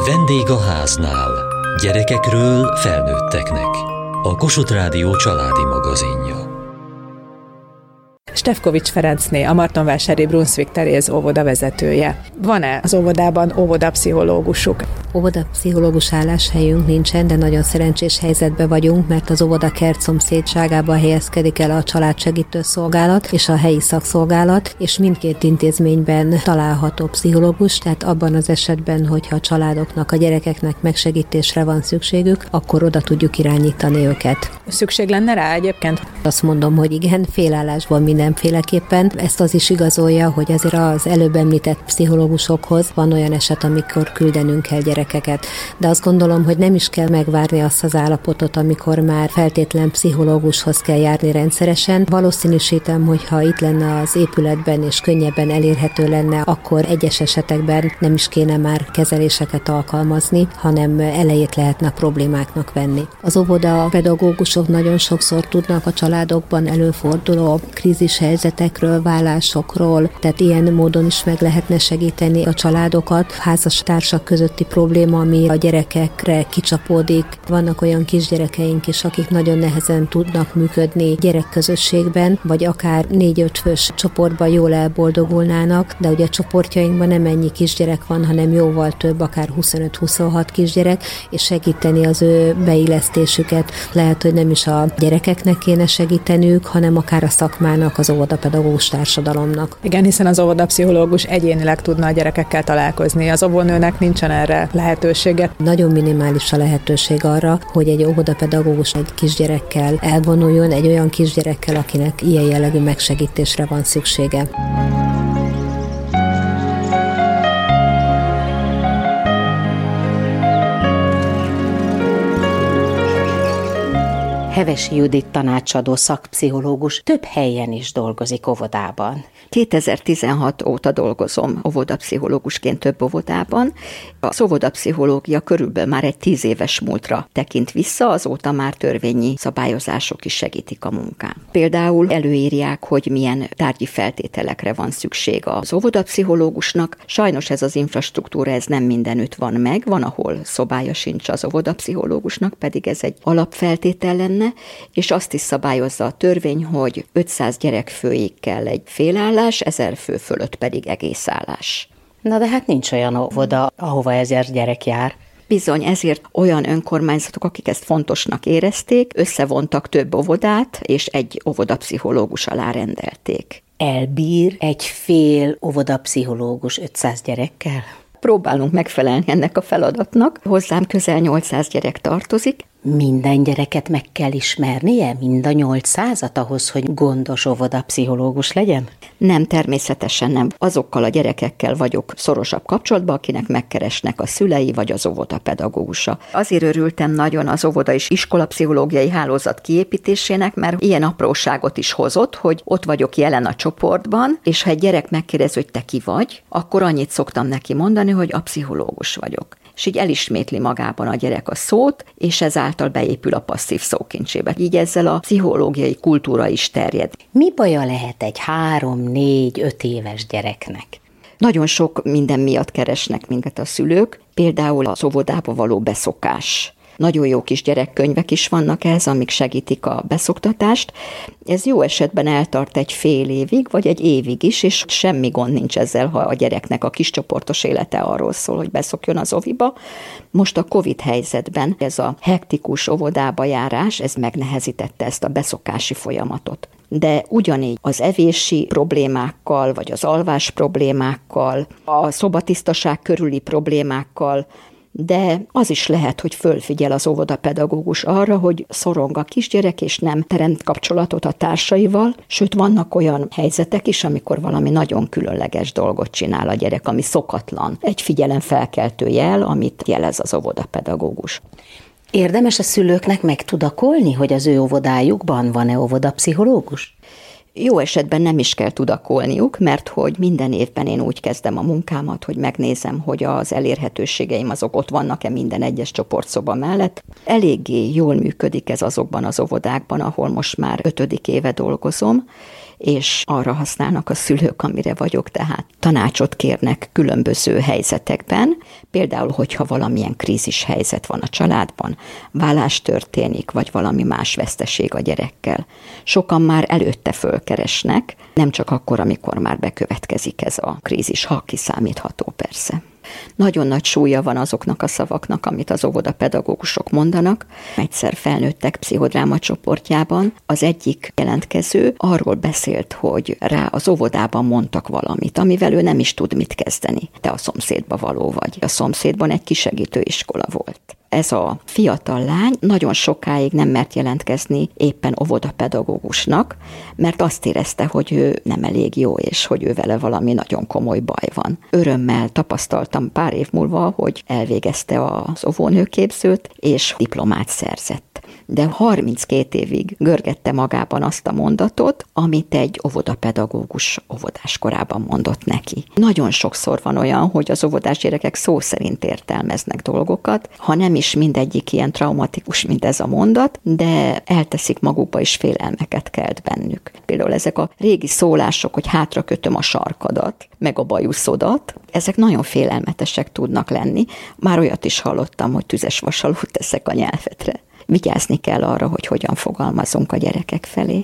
Vendég a háznál. Gyerekekről felnőtteknek. A Kossuth Rádió családi magazinja. Stefkovics Ferencné, a Martonvásári Brunswick Teréz óvoda vezetője. Van-e az óvodában óvodapszichológusuk? Óvodapszichológus álláshelyünk nincsen, de nagyon szerencsés helyzetben vagyunk, mert az óvodakert szomszédságában helyezkedik el a családsegítő szolgálat és a helyi szakszolgálat, és mindkét intézményben található pszichológus, tehát abban az esetben, hogyha a családoknak, a gyerekeknek megsegítésre van szükségük, akkor oda tudjuk irányítani őket. Szükség lenne rá egyébként? Azt mondom, hogy igen, félállásban mindenféleképpen. Ezt az is igazolja, hogy azért az előbb említett pszichológusokhoz van olyan eset, amikor küldenünk kell gyerekeket. De azt gondolom, hogy nem is kell megvárni azt az állapotot, amikor már feltétlen pszichológushoz kell járni rendszeresen. Valószínűsítem, hogyha itt lenne az épületben és könnyebben elérhető lenne, akkor egyes esetekben nem is kéne már kezeléseket alkalmazni, hanem elejét lehetne a problémáknak venni. Az óvoda pedagógusok nagyon sokszor tudnak a családokban előforduló krízis helyzetekről, vállásokról, tehát ilyen módon is meg lehetne segíteni a családokat. Házastársak közötti probléma, ami a gyerekekre kicsapódik. Vannak olyan kisgyerekeink is, akik nagyon nehezen tudnak működni gyerekközösségben, vagy akár 4-5 fős csoportban jól elboldogulnának, de ugye a csoportjainkban nem ennyi kisgyerek van, hanem jóval több, akár 25-26 kisgyerek, és segíteni az ő beillesztésüket. Lehet, hogy nem is a gyerekeknek kéne segíteniük, hanem akár a szakmának, az óvodapedagógus társadalomnak. Igen, hiszen az óvodapszichológus egyénileg tudna a gyerekekkel találkozni. Az óvónőnek nincsen erre lehetősége. Nagyon minimális a lehetőség arra, hogy egy óvodapedagógus egy kisgyerekkel elvonuljon, egy olyan kisgyerekkel, akinek ilyen jellegű megsegítésre van szüksége. Hevesi Judit tanácsadó szakpszichológus több helyen is dolgozik óvodában. 2016 óta dolgozom óvodapszichológusként több óvodában. Az óvodapszichológia körülbelül már egy 10 éves múltra tekint vissza, azóta már törvényi szabályozások is segítik a munkám. Például előírják, hogy milyen tárgyi feltételekre van szükség az óvodapszichológusnak. Sajnos ez az infrastruktúra, ez nem mindenütt van meg, van, ahol szobája sincs az óvodapszichológusnak, pedig ez egy alapfeltétel lenne, és azt is szabályozza a törvény, hogy 500 gyerekfőig kell egy félállás, 1000 fő fölött pedig egész állás. Na de hát nincs olyan óvoda, ahova 1000 gyerek jár. Bizony, ezért olyan önkormányzatok, akik ezt fontosnak érezték, összevontak több óvodát, és egy óvodapszichológus alá rendelték. Elbír egy fél óvodapszichológus 500 gyerekkel? Próbálunk megfelelni ennek a feladatnak. Hozzám közel 800 gyerek tartozik. Minden gyereket meg kell ismernie? Mind a 800-at ahhoz, hogy gondos óvodapszichológus legyen? Nem, természetesen nem. Azokkal a gyerekekkel vagyok szorosabb kapcsolatban, akinek megkeresnek a szülei vagy az óvodapedagógusa. Azért örültem nagyon az óvoda és iskolapszichológiai hálózat kiépítésének, mert ilyen apróságot is hozott, hogy ott vagyok jelen a csoportban, és ha egy gyerek megkérdez, hogy te ki vagy, akkor annyit szoktam neki mondani, hogy a pszichológus vagyok. És így elismétli magában a gyerek a szót, és ezáltal beépül a passzív szókincsébe. Így ezzel a pszichológiai kultúra is terjed. Mi baja lehet egy 3-4-5 éves gyereknek? Nagyon sok minden miatt keresnek minket a szülők, például az óvodába való beszokás. Nagyon jó kis gyerekkönyvek is vannak ehhez, amik segítik a beszoktatást. Ez jó esetben eltart egy fél évig, vagy egy évig is, és semmi gond nincs ezzel, ha a gyereknek a kiscsoportos élete arról szól, hogy beszokjon az óviba. Most a Covid helyzetben ez a hektikus óvodába járás, ez megnehezítette ezt a beszokási folyamatot. De ugyanígy az evési problémákkal, vagy az alvás problémákkal, a szobatisztaság körüli problémákkal, de az is lehet, hogy fölfigyel az óvodapedagógus arra, hogy szorong a kisgyerek, és nem teremt kapcsolatot a társaival, sőt vannak olyan helyzetek is, amikor valami nagyon különleges dolgot csinál a gyerek, ami szokatlan. Egy figyelemfelkeltő jel, amit jelez az óvodapedagógus. Érdemes a szülőknek megtudakolni, hogy az ő óvodájukban van-e óvodapszichológus? Jó esetben nem is kell tudakolniuk, mert hogy minden évben én úgy kezdem a munkámat, hogy megnézem, hogy az elérhetőségeim azok ott vannak-e minden egyes csoportszoba mellett. Eléggé jól működik ez azokban az óvodákban, ahol most már 5. éve dolgozom, és arra használnak a szülők, amire vagyok, tehát tanácsot kérnek különböző helyzetekben, például, hogyha valamilyen krízis helyzet van a családban, vállás történik, vagy valami más veszteség a gyerekkel. Sokan már előtte fölkeresnek, nem csak akkor, amikor már bekövetkezik ez a krízis, ha kiszámítható persze. Nagyon nagy súlya van azoknak a szavaknak, amit az óvodapedagógusok mondanak. Egyszer felnőttek pszichodráma csoportjában az egyik jelentkező arról beszélt, hogy rá az óvodában mondtak valamit, amivel ő nem is tud mit kezdeni. Te a szomszédba való vagy. A szomszédban egy kisegítő iskola volt. Ez a fiatal lány nagyon sokáig nem mert jelentkezni éppen óvodapedagógusnak, mert azt érezte, hogy ő nem elég jó, és hogy ő vele valami nagyon komoly baj van. Örömmel tapasztaltam pár év múlva, hogy elvégezte az óvónőképzőt, és diplomát szerzett. De 32 évig görgette magában azt a mondatot, amit egy óvodapedagógus óvodás korában mondott neki. Nagyon sokszor van olyan, hogy az óvodás gyerekek szó szerint értelmeznek dolgokat, ha nem is mindegyik ilyen traumatikus, mint ez a mondat, de elteszik magukba, és félelmeket kelt bennük. Például ezek a régi szólások, hogy hátra kötöm a sarkadat, meg a bajuszodat, ezek nagyon félelmetesek tudnak lenni. Már olyat is hallottam, hogy tüzes vasalót teszek a nyelvedre. Vigyázni kell arra, hogy hogyan fogalmazunk a gyerekek felé.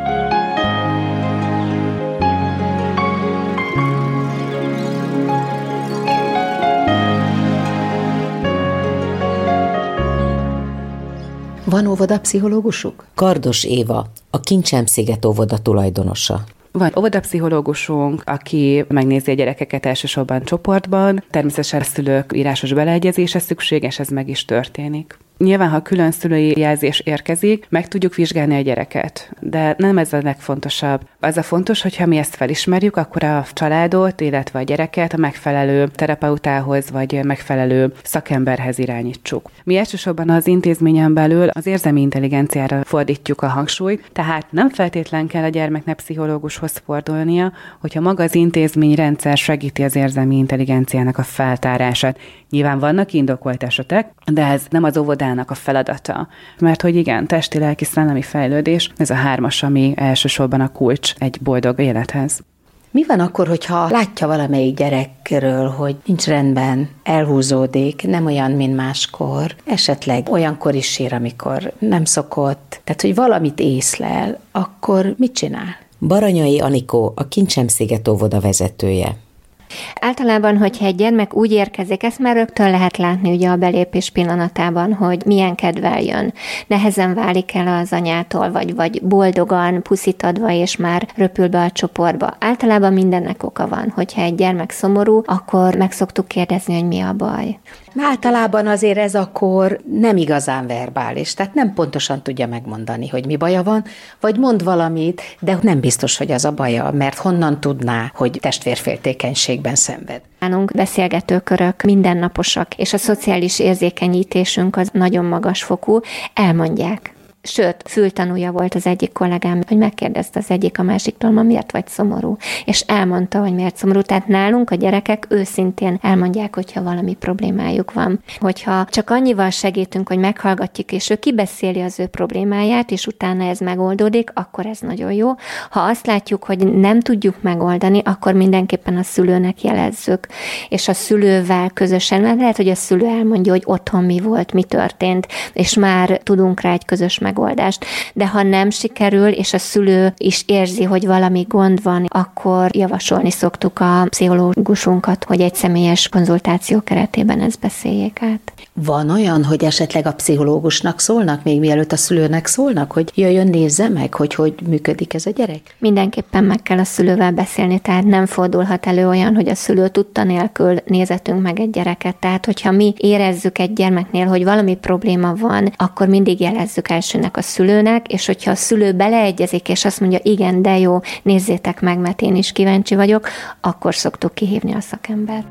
Van óvodapszichológusuk? Kardos Éva, a Kincsemsziget óvoda tulajdonosa. Van óvodapszichológusunk, aki megnézi a gyerekeket elsősorban csoportban, természetesen a szülők írásos beleegyezése szükséges, ez meg is történik. Nyilván, ha külön szülői jelzés érkezik, meg tudjuk vizsgálni a gyereket, de nem ez a legfontosabb. Az a fontos, hogyha mi ezt felismerjük, akkor a családot, illetve a gyereket a megfelelő terapeutához vagy megfelelő szakemberhez irányítsuk. Mi elsősorban az intézményen belül az érzelmi intelligenciára fordítjuk a hangsúlyt, tehát nem feltétlen kell a gyermeknek pszichológushoz fordulnia, hogyha maga az intézményrendszer segíti az érzelmi intelligenciának a feltárását. Nyilván vannak indokolt esetek, de ez nem az óvodának a feladata. Mert hogy igen, testi, lelki, szellemi fejlődés, ez a 3-as, ami elsősorban a kulcs egy boldog élethez. Mi van akkor, hogyha látja valamelyik gyerekről, hogy nincs rendben, elhúzódik, nem olyan, mint máskor, esetleg olyankor is sír, amikor nem szokott, tehát hogy valamit észlel, akkor mit csinál? Baranyai Anikó, a Kincsemsziget óvoda vezetője. Általában, hogyha egy gyermek úgy érkezik, ezt már rögtön lehet látni ugye a belépés pillanatában, hogy milyen kedvel jön. Nehezen válik el az anyától, vagy boldogan, puszit adva, és már röpül be a csoportba. Általában mindennek oka van. Hogyha egy gyermek szomorú, akkor meg szoktuk kérdezni, hogy mi a baj. Általában azért ez akkor nem igazán verbális, tehát nem pontosan tudja megmondani, hogy mi baja van, vagy mond valamit, de nem biztos, hogy az a baja, mert honnan tudná, hogy testvérféltékenységben szenved. Nálunk beszélgetőkörök mindennaposak, és a szociális érzékenyítésünk az nagyon magas fokú, elmondják. Sőt, fültanúja volt az egyik kollégám, hogy megkérdezte az egyik a másiktól, ma miért vagy szomorú, és elmondta, hogy miért szomorú. Tehát nálunk a gyerekek őszintén elmondják, hogyha valami problémájuk van. Hogyha csak annyival segítünk, hogy meghallgatjuk, és ő kibeszéli az ő problémáját, és utána ez megoldódik, akkor ez nagyon jó. Ha azt látjuk, hogy nem tudjuk megoldani, akkor mindenképpen a szülőnek jelezzük, és a szülővel közösen, mert lehet, hogy a szülő elmondja, hogy otthon mi volt, mi történt, és már tudunk rá egy közös megoldást. De ha nem sikerül, és a szülő is érzi, hogy valami gond van, akkor javasolni szoktuk a pszichológusunkat, hogy egy személyes konzultáció keretében ezt beszéljék át. Van olyan, hogy esetleg a pszichológusnak szólnak, még mielőtt a szülőnek szólnak, hogy jöjjön, nézze meg, hogy működik ez a gyerek? Mindenképpen meg kell a szülővel beszélni, tehát nem fordulhat elő olyan, hogy a szülő tudta nélkül nézetünk meg egy gyereket. Tehát, hogyha mi érezzük egy gyermeknél, hogy valami probléma van, akkor mindig jelezzük elsőnek a szülőnek, és hogyha a szülő beleegyezik, és azt mondja, igen, de jó, nézzétek meg, mert én is kíváncsi vagyok, akkor szoktuk kihívni a szakembert.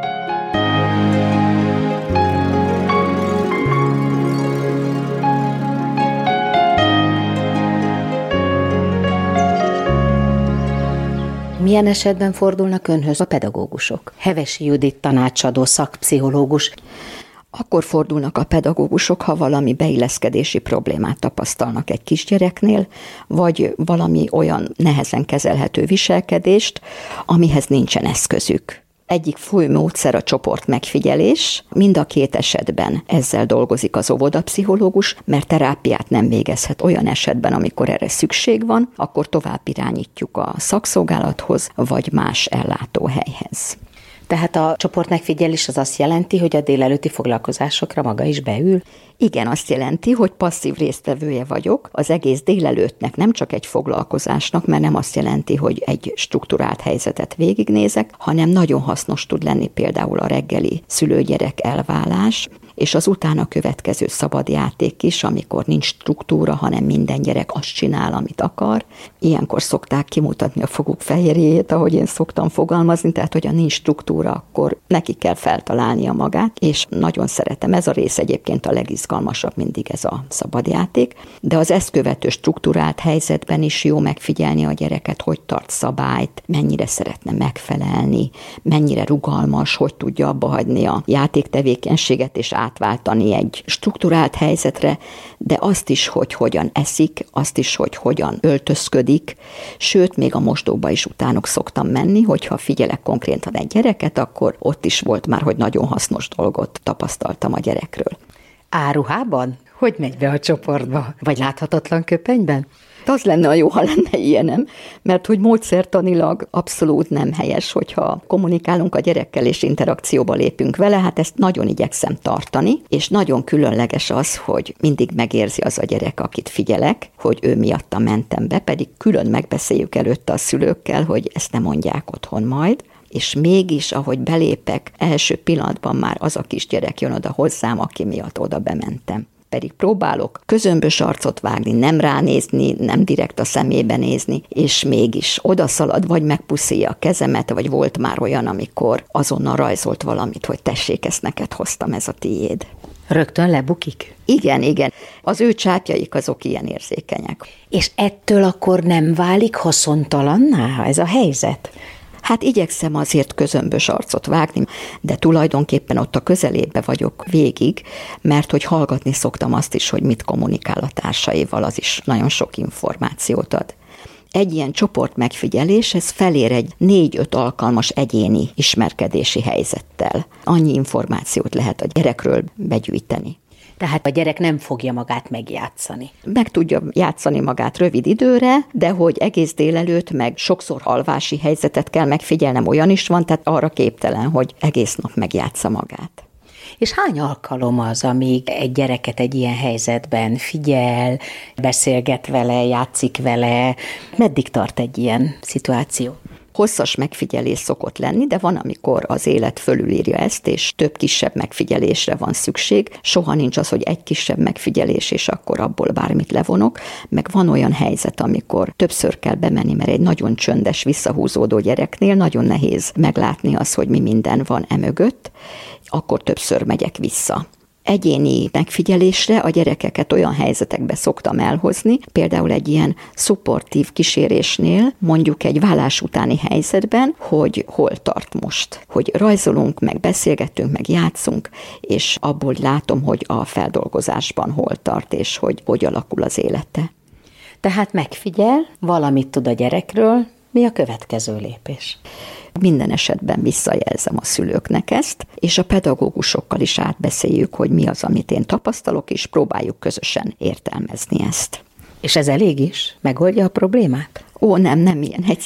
Milyen esetben fordulnak önhöz a pedagógusok? Hevesi Judit tanácsadó szakpszichológus. Akkor fordulnak a pedagógusok, ha valami beilleszkedési problémát tapasztalnak egy kisgyereknél, vagy valami olyan nehezen kezelhető viselkedést, amihez nincsen eszközük. Egyik fő módszer a csoport megfigyelés, mind a két esetben ezzel dolgozik az óvodapszichológus, mert terápiát nem végezhet olyan esetben, amikor erre szükség van, akkor tovább irányítjuk a szakszolgálathoz, vagy más ellátóhelyhez. Tehát a csoportmegfigyelés az azt jelenti, hogy a délelőtti foglalkozásokra maga is beül? Igen, azt jelenti, hogy passzív résztvevője vagyok az egész délelőttnek, nem csak egy foglalkozásnak, mert nem azt jelenti, hogy egy strukturált helyzetet végignézek, hanem nagyon hasznos tud lenni például a reggeli szülő-gyerek elválás, és az utána következő szabadjáték is, amikor nincs struktúra, hanem minden gyerek azt csinál, amit akar. Ilyenkor szokták kimutatni a foguk fehérjét, ahogy én szoktam fogalmazni, tehát hogyha nincs struktúra, akkor neki kell feltalálnia magát, és nagyon szeretem. Ez a rész egyébként a legizgalmasabb mindig, ez a szabadjáték, de az ezt követő struktúrált helyzetben is jó megfigyelni a gyereket, hogy tart szabályt, mennyire szeretne megfelelni, mennyire rugalmas, hogy tudja abba hagyni a játéktevékenységet és átváltani egy strukturált helyzetre, de azt is, hogy hogyan eszik, azt is, hogy hogyan öltözködik, sőt, még a mosdóba is utánok szoktam menni, hogyha figyelek konkrétan egy gyereket, akkor ott is volt már, hogy nagyon hasznos dolgot tapasztaltam a gyerekről. Áruhában? Hogy megy be a csoportba? Vagy láthatatlan köpenyben? Az lenne a jó, ha lenne ilyenem, mert hogy módszertanilag abszolút nem helyes, hogyha kommunikálunk a gyerekkel és interakcióba lépünk vele, hát ezt nagyon igyekszem tartani, és nagyon különleges az, hogy mindig megérzi az a gyerek, akit figyelek, hogy ő miatta mentem be, pedig külön megbeszéljük előtte a szülőkkel, hogy ezt nem mondják otthon majd, és mégis, ahogy belépek, első pillanatban már az a kisgyerek jön oda hozzám, aki miatt oda bementem. Pedig próbálok közömbös arcot vágni, nem ránézni, nem direkt a szemébe nézni, és mégis odaszalad, vagy megpuszilja a kezemet, vagy volt már olyan, amikor azonnal rajzolt valamit, hogy tessék, ezt neked hoztam, ez a tiéd. Rögtön lebukik? Igen. Az ő csápjaik azok ilyen érzékenyek. És ettől akkor nem válik haszontalanná ez a helyzet? Hát igyekszem azért közömbös arcot vágni, de tulajdonképpen ott a közelébe vagyok végig, mert hogy hallgatni szoktam azt is, hogy mit kommunikál a társaival, az is nagyon sok információt ad. Egy ilyen csoport megfigyelés, ez felér egy 4-5 alkalmas egyéni ismerkedési helyzettel. Annyi információt lehet a gyerekről begyűjteni. Tehát a gyerek nem fogja magát megjátszani. Meg tudja játszani magát rövid időre, de hogy egész délelőtt, meg sokszor alvási helyzetet kell megfigyelnem, olyan is van, tehát arra képtelen, hogy egész nap megjátsza magát. És hány alkalom az, amíg egy gyereket egy ilyen helyzetben figyel, beszélget vele, játszik vele? Meddig tart egy ilyen szituáció? Hosszas megfigyelés szokott lenni, de van, amikor az élet fölülírja ezt, és több kisebb megfigyelésre van szükség. Soha nincs az, hogy egy kisebb megfigyelés, és akkor abból bármit levonok. Meg van olyan helyzet, amikor többször kell bemenni, mert egy nagyon csöndes, visszahúzódó gyereknél nagyon nehéz meglátni az, hogy mi minden van emögött, akkor többször megyek vissza. Egyéni megfigyelésre a gyerekeket olyan helyzetekbe szoktam elhozni, például egy ilyen szupportív kísérésnél, mondjuk egy vállás utáni helyzetben, hogy hol tart most. Hogy rajzolunk, meg beszélgetünk, meg játszunk, és abból látom, hogy a feldolgozásban hol tart, és hogy alakul az élete. Tehát megfigyel, valamit tud a gyerekről, mi a következő lépés? Minden esetben visszajelzem a szülőknek ezt, és a pedagógusokkal is átbeszéljük, hogy mi az, amit én tapasztalok, és próbáljuk közösen értelmezni ezt. És ez elég is? Megoldja a problémát? Nem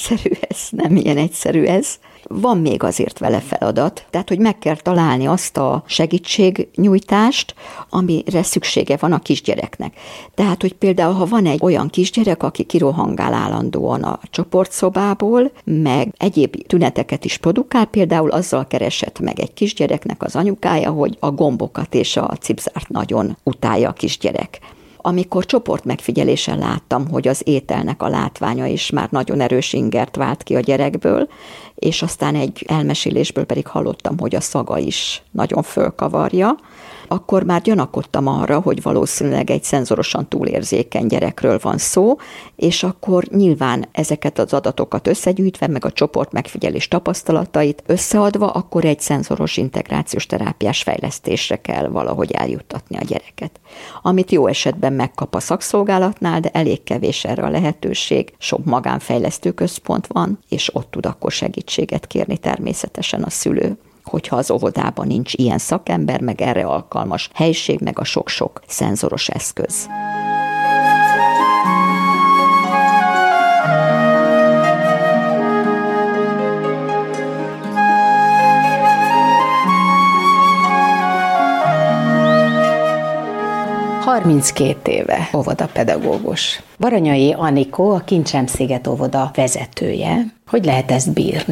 ilyen egyszerű ez. Van még azért vele feladat, tehát hogy meg kell találni azt a segítségnyújtást, amire szüksége van a kisgyereknek. Tehát, hogy például, ha van egy olyan kisgyerek, aki kirohangál állandóan a csoportszobából, meg egyéb tüneteket is produkál, például azzal keresett meg egy kisgyereknek az anyukája, hogy a gombokat és a cipzárt nagyon utálja a kisgyerek. Amikor csoportmegfigyelésen láttam, hogy az ételnek a látványa is már nagyon erős ingert vált ki a gyerekből, és aztán egy elmesélésből pedig hallottam, hogy a szaga is nagyon fölkavarja, akkor már gyanakodtam arra, hogy valószínűleg egy szenzorosan túlérzékeny gyerekről van szó, és akkor nyilván ezeket az adatokat összegyűjtve, meg a csoportmegfigyelés tapasztalatait összeadva, akkor egy szenzoros integrációs terápiás fejlesztésre kell valahogy eljuttatni a gyereket. Amit jó esetben megkap a szakszolgálatnál, de elég kevés erre a lehetőség, sok magánfejlesztő központ van, és ott tud akkor segítséget kérni természetesen a szülő, hogyha az óvodában nincs ilyen szakember, meg erre alkalmas helység, meg a sok-sok szenzoros eszköz. ...32 éve óvodapedagógus. Baranyai Anikó, a Kincsemsziget óvoda vezetője. Hogy lehet ezt bírni?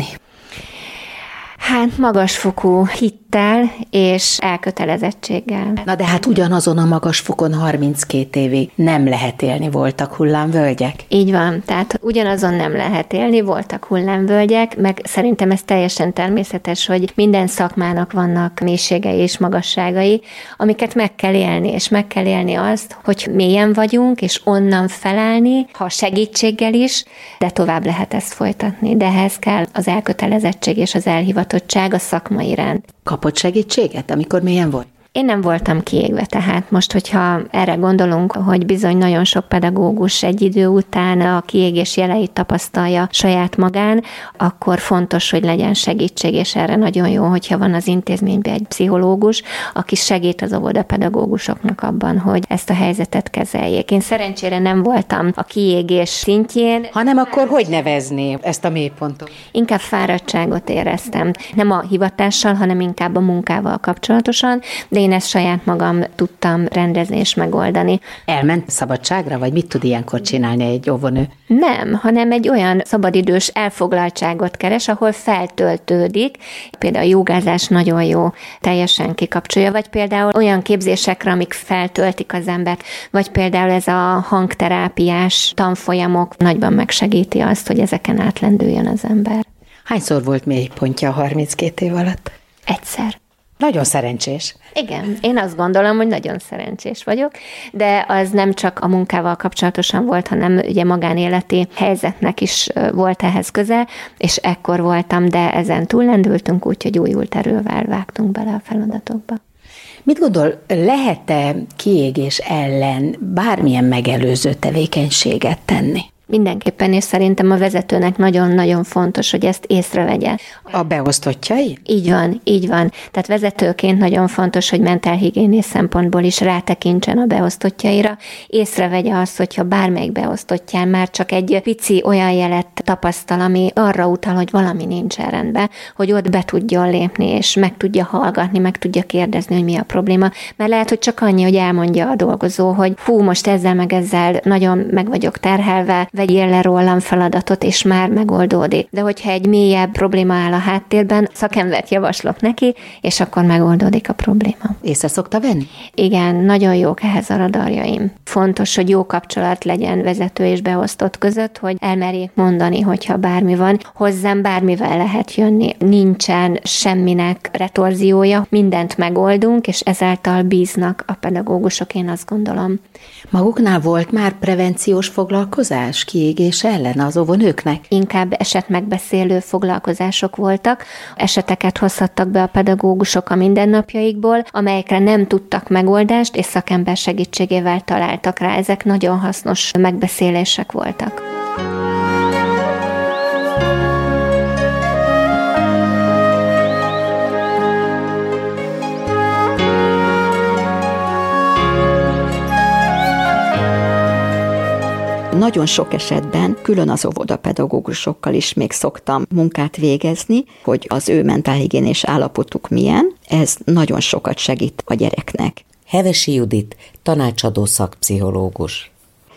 Hát magasfokú hittel és elkötelezettséggel. Na de hát ugyanazon a magas fokon 32 évig nem lehet élni, voltak hullámvölgyek. Így van, tehát ugyanazon nem lehet élni, voltak hullámvölgyek, meg szerintem ez teljesen természetes, hogy minden szakmának vannak mélységei és magasságai, amiket meg kell élni, és meg kell élni azt, hogy mélyen vagyunk, és onnan felállni, ha segítséggel is, de tovább lehet ezt folytatni. De ehhez kell az elkötelezettség és az elhivatottság a szakma iránt. Kapott segítséget, amikor mélyen volt? Én nem voltam kiégve, tehát most, hogyha erre gondolunk, hogy bizony nagyon sok pedagógus egy idő után a kiégés jeleit tapasztalja saját magán, akkor fontos, hogy legyen segítség, és erre nagyon jó, hogyha van az intézményben egy pszichológus, aki segít az óvodapedagógusoknak abban, hogy ezt a helyzetet kezeljék. Én szerencsére nem voltam a kiégés szintjén. Hanem akkor hogy nevezné ezt a mélypontot? Inkább fáradtságot éreztem. Nem a hivatással, hanem inkább a munkával kapcsolatosan, de én ezt saját magam tudtam rendezni és megoldani. Elment szabadságra, vagy mit tud ilyenkor csinálni egy óvonő? Nem, hanem egy olyan szabadidős elfoglaltságot keres, ahol feltöltődik. Például a jogázás nagyon jó, teljesen kikapcsolja, vagy például olyan képzésekre, amik feltöltik az embert, vagy például ez a hangterápiás tanfolyamok nagyban megsegíti azt, hogy ezeken átlendüljön az ember. Hányszor volt mélypontja a 32 év alatt? Egyszer. Nagyon szerencsés. Igen, én azt gondolom, hogy nagyon szerencsés vagyok, de az nem csak a munkával kapcsolatosan volt, hanem ugye magánéleti helyzetnek is volt ehhez köze, és ekkor voltam, de ezen túllendültünk, úgyhogy újult erővel vágtunk bele a feladatokba. Mit gondol, lehet-e kiégés ellen bármilyen megelőző tevékenységet tenni? Mindenképpen, és szerintem a vezetőnek nagyon-nagyon fontos, hogy ezt észrevegye. A beosztottjai? Így van, így van. Tehát vezetőként nagyon fontos, hogy mentálhigiénés szempontból is rátekintsen a beosztottjaira, észrevegye azt, hogyha bármelyik beosztottján már csak egy pici olyan jelet tapasztal, ami arra utal, hogy valami nincsen rendben, hogy ott be tudjon lépni, és meg tudja hallgatni, meg tudja kérdezni, hogy mi a probléma. Mert lehet, hogy csak annyi, hogy elmondja a dolgozó, hogy hú, most ezzel meg ezzel nagyon meg vagyok terhelve, vegyél le rólam feladatot, és már megoldódik. De hogyha egy mélyebb probléma áll a háttérben, szakembert javaslok neki, és akkor megoldódik a probléma. Észre szokta venni? Igen, nagyon jók ehhez a radarjaim. Fontos, hogy jó kapcsolat legyen vezető és beosztott között, hogy elmerjék mondani, hogyha bármi van. Hozzám bármivel lehet jönni. Nincsen semminek retorziója, mindent megoldunk, és ezáltal bíznak a pedagógusok, én azt gondolom. Maguknál volt már prevenciós foglalkozás kiégés ellen az óvónőknek? Inkább esetmegbeszélő foglalkozások voltak, eseteket hozhattak be a pedagógusok a mindennapjaikból, amelyekre nem tudtak megoldást, és szakember segítségével találtak rá. Ezek nagyon hasznos megbeszélések voltak. Nagyon sok esetben külön az óvodapedagógusokkal is még szoktam munkát végezni, hogy az ő mentálhigiénés állapotuk milyen, ez nagyon sokat segít a gyereknek. Hevesi Judit, tanácsadó szakpszichológus.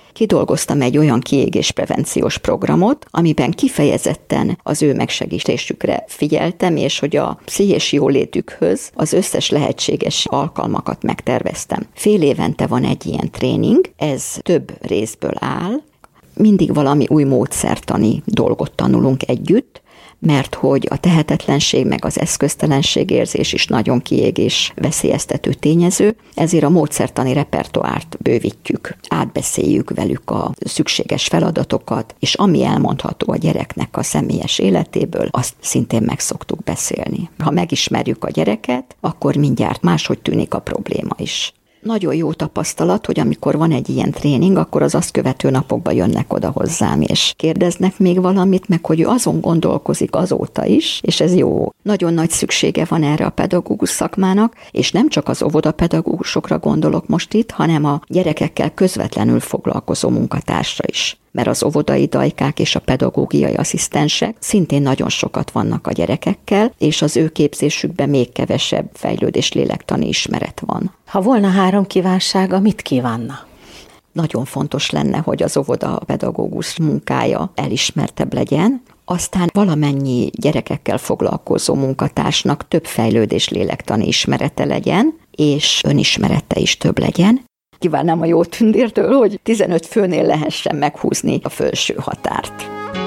kidolgoztam egy olyan kiégésprevenciós programot, amiben kifejezetten az ő megsegítésükre figyeltem, és hogy a pszichés jólétükhöz az összes lehetséges alkalmakat megterveztem. Fél évente van egy ilyen tréning, ez több részből áll, mindig valami új módszertani dolgot tanulunk együtt, mert hogy a tehetetlenség meg az eszköztelenség érzés is nagyon kiégés veszélyeztető tényező, ezért a módszertani repertoárt bővítjük, átbeszéljük velük a szükséges feladatokat, és ami elmondható a gyereknek a személyes életéből, azt szintén meg szoktuk beszélni. Ha megismerjük a gyereket, akkor mindjárt máshogy tűnik a probléma is. Nagyon jó tapasztalat, hogy amikor van egy ilyen tréning, akkor az azt követő napokban jönnek oda hozzám, és kérdeznek még valamit, meg hogy ő azon gondolkozik azóta is, és ez jó. Nagyon nagy szüksége van erre a pedagógus szakmának, és nem csak az óvodapedagógusokra gondolok most itt, hanem a gyerekekkel közvetlenül foglalkozó munkatársra is. Mert az óvodai dajkák és a pedagógiai asszisztensek szintén nagyon sokat vannak a gyerekekkel, és az ő képzésükben még kevesebb fejlődés lélektani ismeret van. Ha volna 3 kívánsága, mit kívánna? Nagyon fontos lenne, hogy az óvodapedagógus munkája elismertebb legyen, aztán valamennyi gyerekekkel foglalkozó munkatársnak több fejlődés lélektani ismerete legyen, és önismerete is több legyen. Kívánnám a jó tündértől, hogy 15 főnél lehessen meghúzni a felső határt.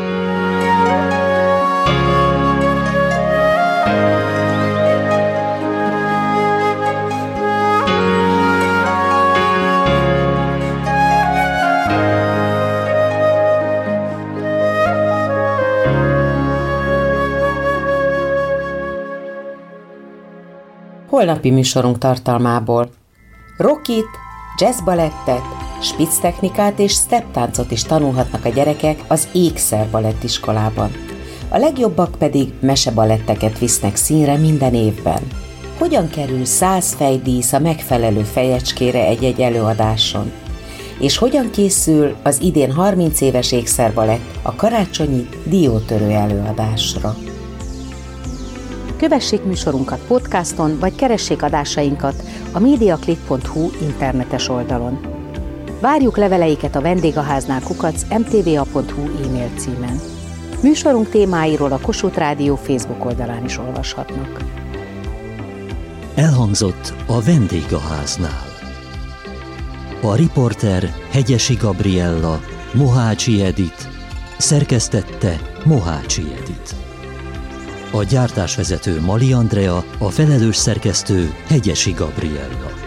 Holnapi műsorunk tartalmából rockit, jazzbalettet, spictechnikát és stepptáncot is tanulhatnak a gyerekek az Ékszer balettiskolában. A legjobbak pedig mesebaletteket visznek színre minden évben. Hogyan kerül 100 fejdísz a megfelelő fejecskére egy-egy előadáson? És hogyan készül az idén 30 éves Ékszer balett a karácsonyi diótörő előadásra? Kövessék műsorunkat podcaston, vagy keressék adásainkat a mediaclick.hu internetes oldalon. Várjuk leveleiket a vendégháznál @mtva.hu e-mail címen. Műsorunk témáiról a Kossuth Rádió Facebook oldalán is olvashatnak. Elhangzott a vendégháznál. A riporter Hegyesi Gabriella, Mohácsi Edit, szerkesztette Mohácsi Edit. A gyártásvezető Mali Andrea, a felelős szerkesztő Hegyesi Gabriella.